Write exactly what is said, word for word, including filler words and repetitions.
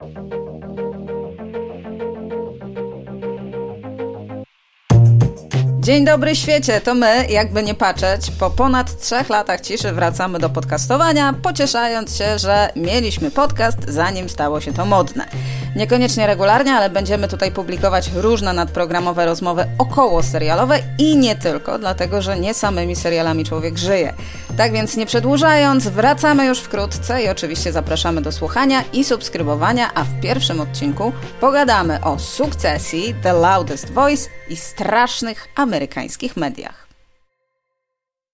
Dzień dobry świecie, to my, jakby nie patrzeć, po ponad trzech latach ciszy wracamy do podcastowania, pocieszając się, że mieliśmy podcast, zanim stało się to modne. Niekoniecznie regularnie, ale będziemy tutaj publikować różne nadprogramowe rozmowy około serialowe i nie tylko, dlatego że nie samymi serialami człowiek żyje. Tak więc nie przedłużając, wracamy już wkrótce i oczywiście zapraszamy do słuchania i subskrybowania, a w pierwszym odcinku pogadamy o sukcesji, The Loudest Voice i strasznych amerykańskich mediach.